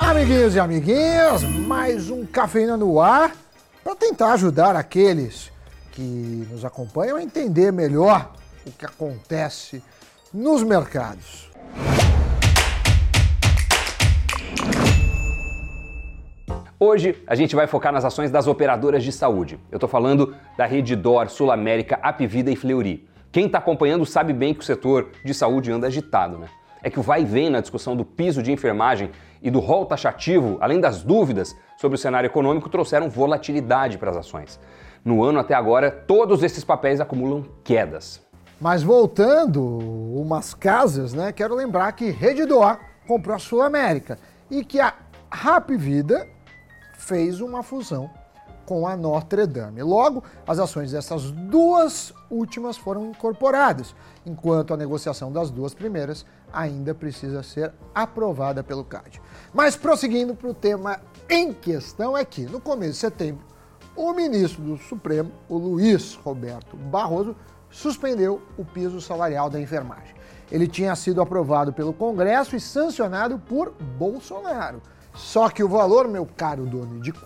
Amiguinhos e amiguinhas, mais um Cafeína no ar para tentar ajudar aqueles que nos acompanham a entender melhor o que acontece nos mercados. Hoje a gente vai focar nas ações das operadoras de saúde. Eu tô falando da Redditor, Sul América, Hapvida e Fleury. Quem está acompanhando sabe bem que o setor de saúde anda agitado, né? É que o vai e vem na discussão do piso de enfermagem e do rol taxativo, além das dúvidas sobre o cenário econômico, trouxeram volatilidade para as ações. No ano até agora, todos esses papéis acumulam quedas. Mas voltando umas casas, né? Quero lembrar que Redditor comprou a Sul América e que a Hapvida fez uma fusão com a Notre Dame. Logo, as ações dessas duas últimas foram incorporadas, enquanto a negociação das duas primeiras ainda precisa ser aprovada pelo CAD. Mas prosseguindo para o tema em questão é que, no começo de setembro, o ministro do Supremo, o Luiz Roberto Barroso, suspendeu o piso salarial da enfermagem. Ele tinha sido aprovado pelo Congresso e sancionado por Bolsonaro. Só que o valor, meu caro Doni, de R$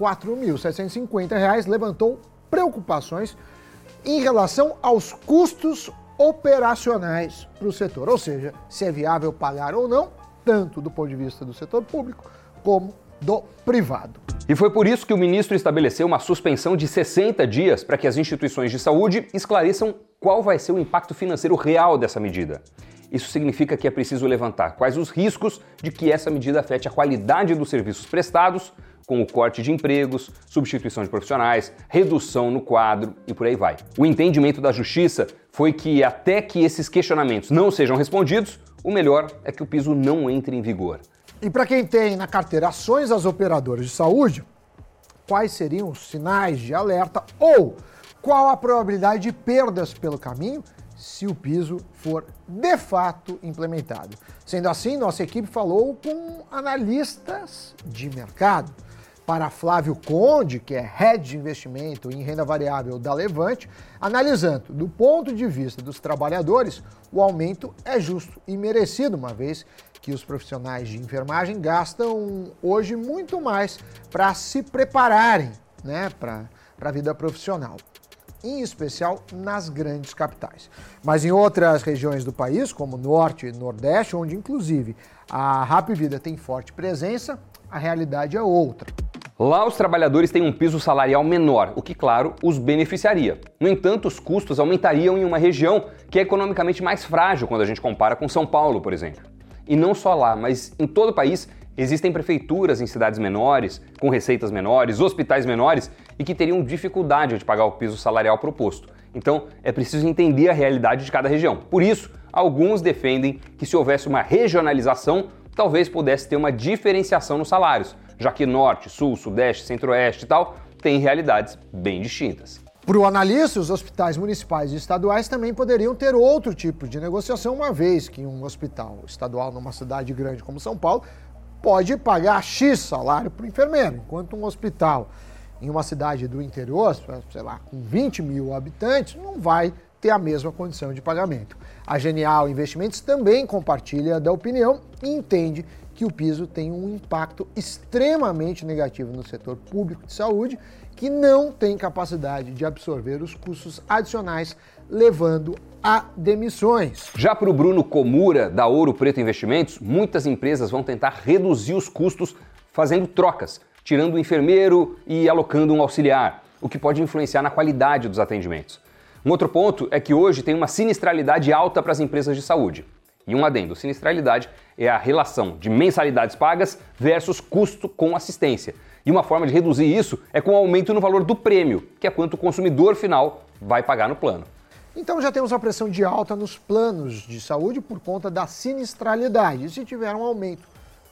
4.750 levantou preocupações em relação aos custos operacionais para o setor, ou seja, se é viável pagar ou não, tanto do ponto de vista do setor público como do privado. E foi por isso que o ministro estabeleceu uma suspensão de 60 dias para que as instituições de saúde esclareçam qual vai ser o impacto financeiro real dessa medida. Isso significa que é preciso levantar quais os riscos de que essa medida afete a qualidade dos serviços prestados, como corte de empregos, substituição de profissionais, redução no quadro e por aí vai. O entendimento da Justiça foi que até que esses questionamentos não sejam respondidos, o melhor é que o piso não entre em vigor. E para quem tem na carteira ações das operadoras de saúde, quais seriam os sinais de alerta ou qual a probabilidade de perdas pelo caminho se o piso for de fato implementado? Sendo assim, nossa equipe falou com analistas de mercado. Para Flávio Conde, que é Head de Investimento em Renda Variável da Levante, analisando do ponto de vista dos trabalhadores, o aumento é justo e merecido, uma vez que os profissionais de enfermagem gastam hoje muito mais para se prepararem, né, para a vida profissional, em especial nas grandes capitais. Mas em outras regiões do país, como Norte e Nordeste, onde inclusive a Hapvida tem forte presença, a realidade é outra. Lá os trabalhadores têm um piso salarial menor, o que, claro, os beneficiaria. No entanto, os custos aumentariam em uma região que é economicamente mais frágil quando a gente compara com São Paulo, por exemplo. E não só lá, mas em todo o país existem prefeituras em cidades menores, com receitas menores, hospitais menores e que teriam dificuldade de pagar o piso salarial proposto. Então, é preciso entender a realidade de cada região. Por isso, alguns defendem que se houvesse uma regionalização, talvez pudesse ter uma diferenciação nos salários, já que Norte, Sul, Sudeste, Centro-Oeste e tal têm realidades bem distintas. Para o analista, os hospitais municipais e estaduais também poderiam ter outro tipo de negociação, uma vez que um hospital estadual numa cidade grande como São Paulo pode pagar X salário para o enfermeiro, enquanto um hospital em uma cidade do interior, sei lá, com 20 mil habitantes, não vai ter a mesma condição de pagamento. A Genial Investimentos também compartilha da opinião e entende que o piso tem um impacto extremamente negativo no setor público de saúde, que não tem capacidade de absorver os custos adicionais, levando a demissões. Já para o Bruno Komura, da Ouro Preto Investimentos, muitas empresas vão tentar reduzir os custos fazendo trocas, tirando o enfermeiro e alocando um auxiliar, o que pode influenciar na qualidade dos atendimentos. Um outro ponto é que hoje tem uma sinistralidade alta para as empresas de saúde. E um adendo, sinistralidade é a relação de mensalidades pagas versus custo com assistência. E uma forma de reduzir isso é com o aumento no valor do prêmio, que é quanto o consumidor final vai pagar no plano. Então já temos a pressão de alta nos planos de saúde por conta da sinistralidade. E se tiver um aumento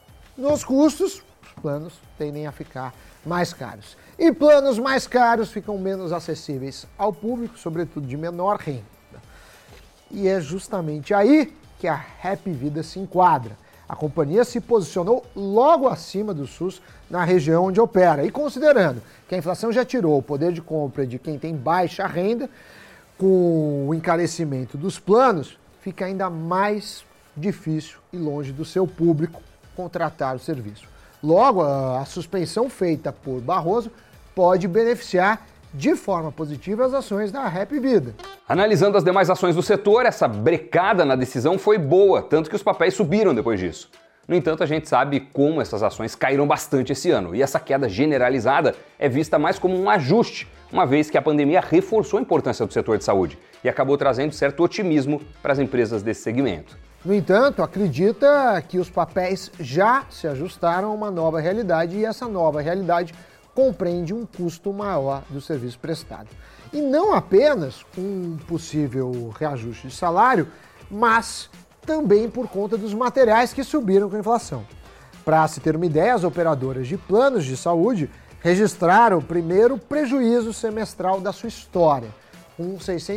nos custos, os planos tendem a ficar mais caros. E planos mais caros ficam menos acessíveis ao público, sobretudo de menor renda. E é justamente aí que a Hapvida se enquadra. A companhia se posicionou logo acima do SUS na região onde opera. E considerando que a inflação já tirou o poder de compra de quem tem baixa renda, com o encarecimento dos planos, fica ainda mais difícil e longe do seu público contratar o serviço. Logo, a suspensão feita por Barroso pode beneficiar de forma positiva as ações da Rap Vida. Analisando as demais ações do setor, essa brecada na decisão foi boa, tanto que os papéis subiram depois disso. No entanto, a gente sabe como essas ações caíram bastante esse ano, e essa queda generalizada é vista mais como um ajuste, uma vez que a pandemia reforçou a importância do setor de saúde e acabou trazendo certo otimismo para as empresas desse segmento. No entanto, acredita que os papéis já se ajustaram a uma nova realidade e essa nova realidade compreende um custo maior do serviço prestado. E não apenas com um possível reajuste de salário, mas também por conta dos materiais que subiram com a inflação. Para se ter uma ideia, as operadoras de planos de saúde registraram o primeiro prejuízo semestral da sua história, com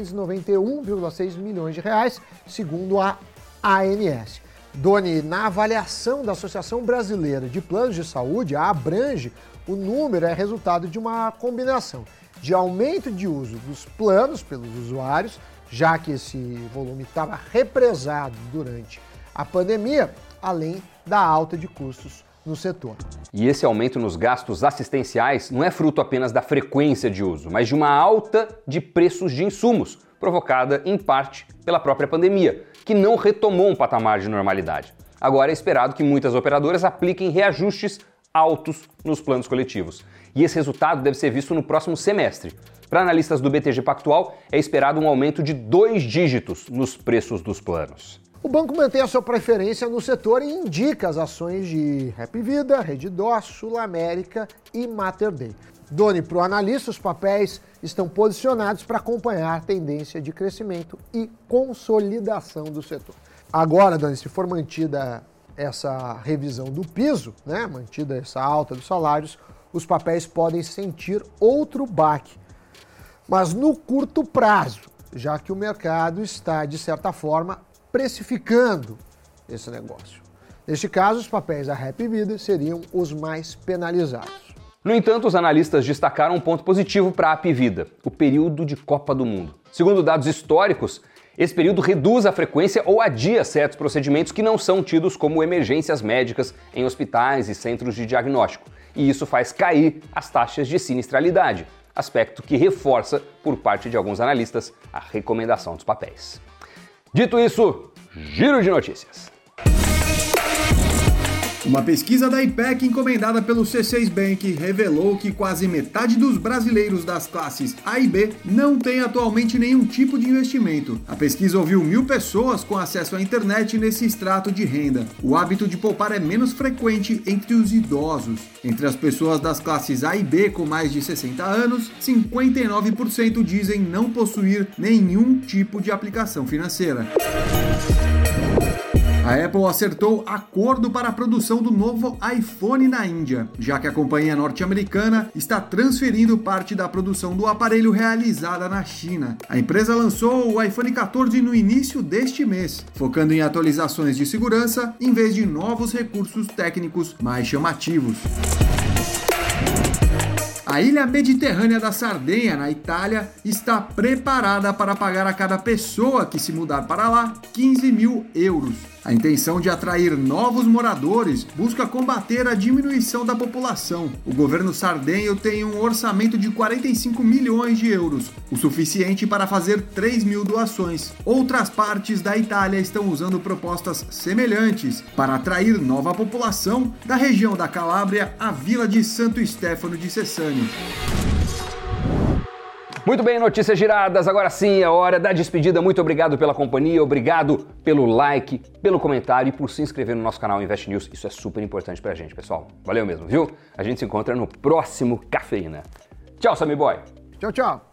691,6 milhões de reais, segundo a ANS. Doni, na avaliação da Associação Brasileira de Planos de Saúde, a Abrange, o número é resultado de uma combinação de aumento de uso dos planos pelos usuários, já que esse volume estava represado durante a pandemia, além da alta de custos no setor. E esse aumento nos gastos assistenciais não é fruto apenas da frequência de uso, mas de uma alta de preços de insumos, provocada em parte pela própria pandemia, que não retomou um patamar de normalidade. Agora é esperado que muitas operadoras apliquem reajustes altos nos planos coletivos. E esse resultado deve ser visto no próximo semestre. Para analistas do BTG Pactual, é esperado um aumento de 2 dígitos nos preços dos planos. O banco mantém a sua preferência no setor e indica as ações de Rap Vida, Redditor, Sul América e Mater Dei. Doni, para o analista, os papéis estão posicionados para acompanhar a tendência de crescimento e consolidação do setor. Agora, Doni, se for mantida essa revisão do piso, mantida essa alta dos salários, os papéis podem sentir outro baque, mas no curto prazo, já que o mercado está, de certa forma, precificando esse negócio. Neste caso, os papéis da Rap Vida seriam os mais penalizados. No entanto, os analistas destacaram um ponto positivo para a Apvida, o período de Copa do Mundo. Segundo dados históricos, esse período reduz a frequência ou adia certos procedimentos que não são tidos como emergências médicas em hospitais e centros de diagnóstico. E isso faz cair as taxas de sinistralidade, aspecto que reforça, por parte de alguns analistas, a recomendação dos papéis. Dito isso, giro de notícias. Uma pesquisa da IPEC encomendada pelo C6 Bank revelou que quase metade dos brasileiros das classes A e B não tem atualmente nenhum tipo de investimento. A pesquisa ouviu 1.000 pessoas com acesso à internet nesse extrato de renda. O hábito de poupar é menos frequente entre os idosos. Entre as pessoas das classes A e B com mais de 60 anos, 59% dizem não possuir nenhum tipo de aplicação financeira. A Apple acertou acordo para a produção do novo iPhone na Índia, já que a companhia norte-americana está transferindo parte da produção do aparelho realizada na China. A empresa lançou o iPhone 14 no início deste mês, focando em atualizações de segurança em vez de novos recursos técnicos mais chamativos. A ilha mediterrânea da Sardenha, na Itália, está preparada para pagar a cada pessoa que se mudar para lá 15 mil euros. A intenção de atrair novos moradores busca combater a diminuição da população. O governo sardenho tem um orçamento de 45 milhões de euros, o suficiente para fazer 3 mil doações. Outras partes da Itália estão usando propostas semelhantes para atrair nova população da região da Calábria à vila de Santo Stefano di Sessani. Muito bem, notícias giradas. Agora sim, é hora da despedida. Muito obrigado pela companhia, obrigado pelo like, pelo comentário e por se inscrever no nosso canal Invest News. Isso é super importante pra gente, pessoal. Valeu mesmo, viu? A gente se encontra no próximo Cafeína. Tchau, Sammy Boy. Tchau, tchau.